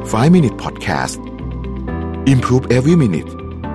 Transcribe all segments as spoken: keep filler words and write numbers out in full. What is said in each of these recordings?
five minute podcast Improve every minute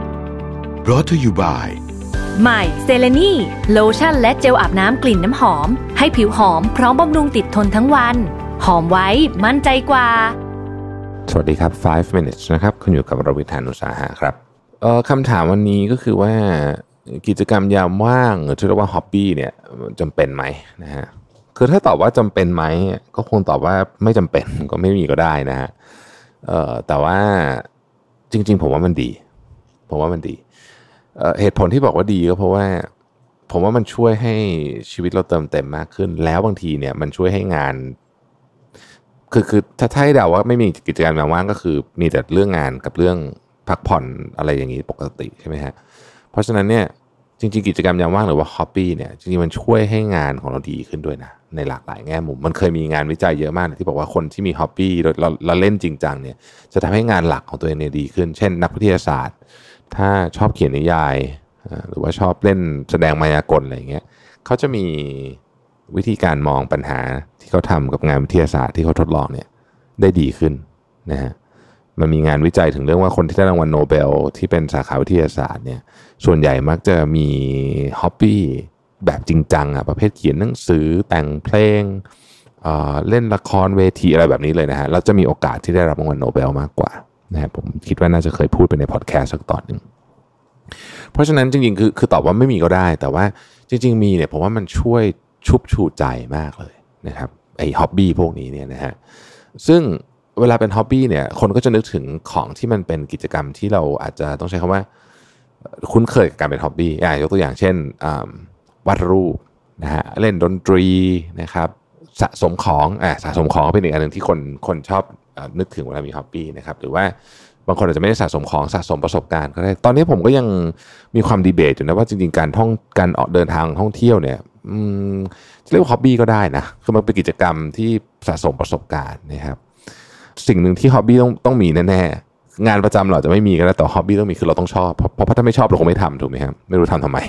brought to you by ใหม่เซเลนีโลชั่นและเจลอาบน้ำกลิ่นน้ำหอมให้ผิวหอมพร้อมบำรุงติดทนทั้งวันหอมไว้มั่นใจกว่าสวัสดีครับfive minutes นะครับคุณอยู่กับรวิทย์ หาญอุตสาหะครับเอ่อคำถามวันนี้ก็คือว่ากิจกรรมยามว่างหรือที่เรียกว่าฮ็อบบี้เนี่ยจำเป็นไหมนะฮะคือถ้าตอบว่าจำเป็นไหมก็คงตอบว่าไม่จำเป็นก็ไม่มีก็ได้นะฮะเอ่อแต่ว่าจริงๆผมว่ามันดีผมว่ามันดีเอ่อเหตุผลที่บอกว่าดีก็เพราะว่าผมว่ามันช่วยให้ชีวิตเราเติมเต็มมากขึ้นแล้วบางทีเนี่ยมันช่วยให้งานคือคือถ้าถ้าให้เดาว่าไม่มีกิจกรรมยามว่างก็คือมีแต่เรื่องงานกับเรื่องพักผ่อนอะไรอย่างนี้ปกติใช่ไหมฮะเพราะฉะนั้นเนี่ยจริงๆกิจกรรมยามว่างหรือว่าฮ็อบบี้เนี่ยจริงๆมันช่วยให้งานของเราดีขึ้นด้วยนะในหลากหลายแง่มุมมันเคยมีงานวิจัยเยอะมากที่บอกว่าคนที่มีฮ็อบบี้เราเราเล่นจริงจังเนี่ยจะทำให้งานหลักของตัวเองเนี่ยดีขึ้นเช่นนักวิทยาศาสตร์ถ้าชอบเขียนนิยายหรือว่าชอบเล่นแสดงมายากลอะไรอย่างเงี้ยเขาจะมีวิธีการมองปัญหาที่เขาทำกับงานวิทยาศาสตร์ที่เขาทดลองเนี่ยได้ดีขึ้นนะฮะมันมีงานวิจัยถึงเรื่องว่าคนที่ได้รางวัลโนเบลที่เป็นสาขาวิทยาศาสตร์เนี่ยส่วนใหญ่มักจะมีฮ็อบบี้แบบจริงจังอ่ะประเภทเขียนหนังสือแต่งเพลงเอ่อเล่นละครเวทีอะไรแบบนี้เลยนะฮะแล้วจะมีโอกาสที่ได้รับรางวัลโนเบลมากกว่านะฮะผมคิดว่าน่าจะเคยพูดไปในพอดแคสต์สักตอนนึงเพราะฉะนั้นจริงๆคือคือตอบว่าไม่มีก็ได้แต่ว่าจริงๆมีเนี่ยผมว่ามันช่วยชุบชูใจมากเลยนะครับไอ้ฮ็อบบี้พวกนี้เนี่ยนะฮะซึ่งเวลาเป็นฮ็อบบี้เนี่ยคนก็จะนึกถึงของที่มันเป็นกิจกรรมที่เราอาจจะต้องใช้คำว่าคุ้นเคยกับการเป็นฮ็อบบี้อ่ะยกตัวอย่างเช่นวาดรูปนะฮะเล่นดนตรีนะครับสะสมของอ่ะสะสมของเป็นอีกอันนึงที่คนคนชอบนึกถึงเวลามีฮ็อบบี้นะครับหรือว่าบางคนอาจจะไม่ได้สะสมของสะสมประสบการณ์ก็ได้ตอนนี้ผมก็ยังมีความดีเบตอยู่นะว่าจริงๆการท่องการออกเดินทางท่องเที่ยวเนี่ยจะเรียกว่าฮ็อบบี้ก็ได้นะคือมันเป็นกิจกรรมที่สะสมประสบการณ์นะครับสิ่งหนึ่งที่ฮ็อบบี้ต้องต้องมีแน่ๆงานประจำเราจะไม่มีก็ได้แต่ฮ็อบบี้ต้องมีคือเราต้องชอบเพราะเพราะถ้าไม่ชอบเราคงไม่ทำถูกไหมครับไม่รู้ทำทำไม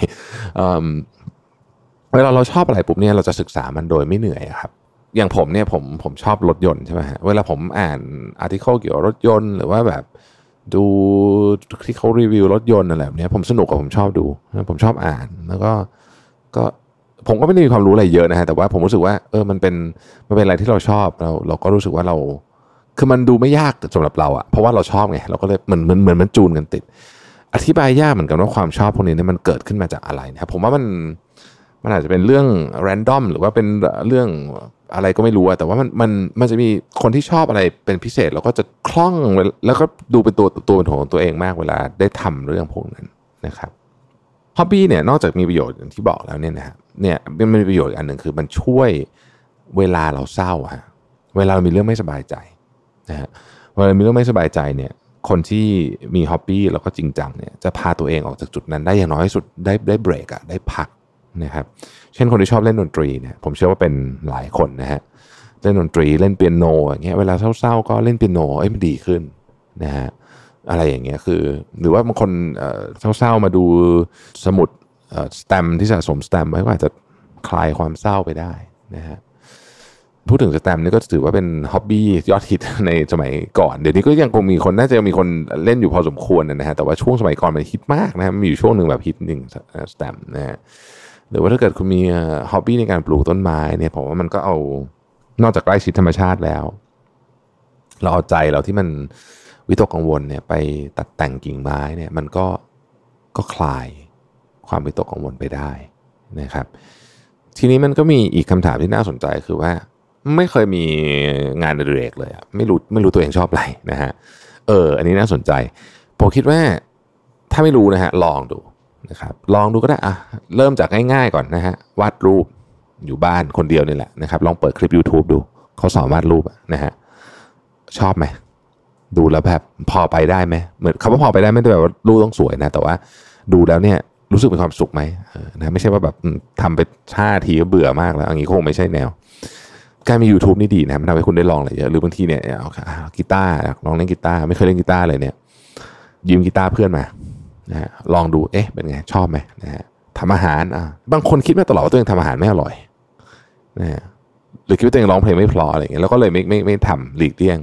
เวลาเราชอบอะไรปุ๊บเนี่ยเราจะศึกษามันโดยไม่เหนื่อยครับอย่างผมเนี่ยผมผมชอบรถยนต์ใช่ไหมฮะเวลาผมอ่านอาร์ติเคิลเกี่ยวกับรถยนต์หรือว่าแบบดูที่เขารีวิวรถยนต์อะไรแบบนี้ผมสนุกกับผมชอบดูผมชอบอ่านแล้วก็ก็ผมก็ไม่ได้มีความรู้อะไรเยอะนะฮะแต่ว่าผมรู้สึกว่าเออมันเป็นมันเป็นอะไรที่เราชอบเราเราก็รู้สึกว่าเราคือมันดูไม่ยากสำหรับเราอะเพราะว่าเราชอบไงเราก็เลยเหมือนเหมือนเหมือนมันจูนกันติดอธิบายยากเหมือนกันว่าความชอบพวกนี้เนี่ยมันเกิดขึ้นมาจากอะไรนะครับผมว่ามันมันอาจจะเป็นเรื่อง random หรือว่าเป็นเรื่องอะไรก็ไม่รู้แต่ว่ามันมันมันจะมีคนที่ชอบอะไรเป็นพิเศษแล้วก็จะคล่องแล้วก็ดูเป็นตัวตัวเป็นของตัวเองมากเวลาได้ทำเรื่องพวกนั้นนะครับฮ็อบบี้เนี่ยนอกจากมีประโยชน์อย่างที่บอกแล้วเนี่ยนะฮะเนี่ยมันมีประโยชน์อันหนึ่งคือมันช่วยเวลาเราเศร้าฮะเวลาเรามีเรื่องไม่สบายใจนะฮะเวลามีเรื่องไม่สบายใจเนี่ยคนที่มีฮ็อบบี้แล้วก็จริงจังเนี่ยจะพาตัวเองออกจากจุดนั้นได้อย่างน้อยที่สุดได้ได้เบรกอะได้พักนะครับเช่นคนที่ชอบเล่นดนตรีเนี่ยผมเชื่อว่าเป็นหลายคนนะฮะเล่นดนตรีเล่นเปียโนอย่างเงี้ยเวลาเศร้าๆก็เล่นเปียโนเอ้ยมันดีขึ้นนะฮะอะไรอย่างเงี้ยคือหรือว่าบางคนเศร้าๆมาดูสมุดสแตมป์ที่สะสมสแตมป์ไว้ก็อาจจะคลายความเศร้าไปได้นะฮะพูดถึงสแตมป์นี่ก็ถือว่าเป็นฮ็อบบี้ยอดฮิตในสมัยก่อนเดี๋ยวนี้ก็ยังคงมีคนน่าจะมีคนเล่นอยู่พอสมควรนะฮะแต่ว่าช่วงสมัยก่อนมันฮิตมากนะฮะมีอยู่ช่วงหนึ่งแบบฮิตหนึ่งสแตมป์นะฮะหรือว่าถ้าเกิดคุณมีฮ็อบบี้ในการปลูกต้นไม้เนี่ยผมว่ามันก็เอานอกจากใกล้ชิดธรรมชาติแล้วเราเอาใจเราที่มันวิตกกังวลเนี่ยไปตัดแต่งกิ่งไม้เนี่ยมันก็ก็คลายความวิตกกังวลไปได้นะครับทีนี้มันก็มีอีกคำถามที่น่าสนใจคือว่าไม่เคยมีงานอดิเรกเลยอะไม่รู้ไม่รู้ตัวเองชอบอะไรนะฮะเอออันนี้น่าสนใจผมคิดว่าถ้าไม่รู้นะฮะลองดูนะครับลองดูก็ได้อ่ะเริ่มจากง่ายๆก่อนนะฮะวาดรูปอยู่บ้านคนเดียวนี่แหละนะครับลองเปิดคลิป YouTube ดูเขาสอนวาดรูปนะฮะชอบไหมดูแล้วแบบพอไปได้ไหมเหมือนคำว่าพอไปได้ไม่ได้แบบว่ารูปต้องสวยนะแต่ว่าดูแล้วเนี่ยรู้สึกมีความสุขไหมนะไม่ใช่ว่าแบบทำไปห้าทีก็เบื่อมากแล้วอย่างนี้คงไม่ใช่แนวการมี YouTube นี่ดีนะมันทำให้คุณได้ลองอะไรเยอะหรือบางทีเนี่ยเอากีตาร์ลองเล่นกีตาร์ไม่เคยเล่นกีตาร์เลยเนี่ยยืมกีตาร์เพื่อนมานะฮะลองดูเอ๊ะเป็นไงชอบไหมนะฮะทำอาหารอ่ะบางคนคิดมาตลอดว่าตัวเองทำอาหารไม่อร่อยนะฮะหรือคิดว่าตัวเองร้องเพลงไม่เพราะอะไรอย่างเงี้ยแล้วก็เลยไม่ไม่ไม่ทำหลีกเลี่ยง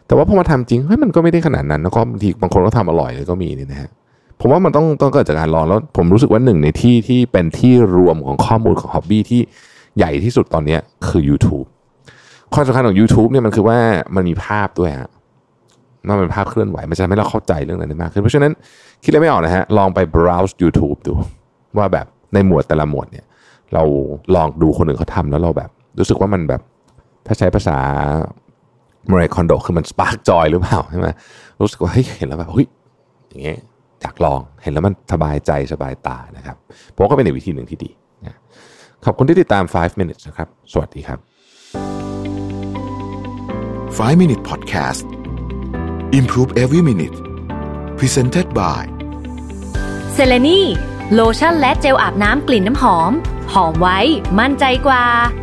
แต่ว่าพอมาทำจริงเฮ้ยมันก็ไม่ได้ขนาดนั้นแล้วก็บางทีบางคนก็ทำอร่อยเลยก็มีนี่นะฮะผมว่ามันต้องต้องเกิดจากการลองแล้วผมรู้สึกว่าหนึ่งในที่ที่เป็นที่รวมของข้อมูลของฮ็อบบี้ที่ใหญ่ที่สุดตอนนี้คือ YouTube ความสำคัญของ YouTube เนี่ยมันคือว่ามันมีภาพด้วยฮะมันเป็นภาพเคลื่อนไหวมันจะทำให้เราเข้าใจเรื่องนั้นได้มากขึ้นเพราะฉะนั้นคิดอะไรไม่ออกนะฮะลองไป browse YouTube ดูว่าแบบในหมวดแต่ละหมวดเนี่ยเราลองดูคนอื่นเขาทำแล้วเราแบบรู้สึกว่ามันแบบถ้าใช้ภาษามาริคอนโดคือมันสปาร์กจอยหรือเปล่าใช่ไหมรู้สึกว่าเฮ้ยเห็นแล้วแบบเฮ้ยอย่างเงี้ยอยากลองเห็นแล้วมันสบายใจสบายตานะครับผมก็เป็นอีกวิธีหนึ่งที่ดีนะขอบคุณที่ติดตามไฟว์ minutes นะครับสวัสดีครับไฟว์ minute podcast Improve every minute Presented by เซเลนีโลชั่นและเจลอาบน้ำกลิ่นน้ำหอมหอมไว้มั่นใจกว่า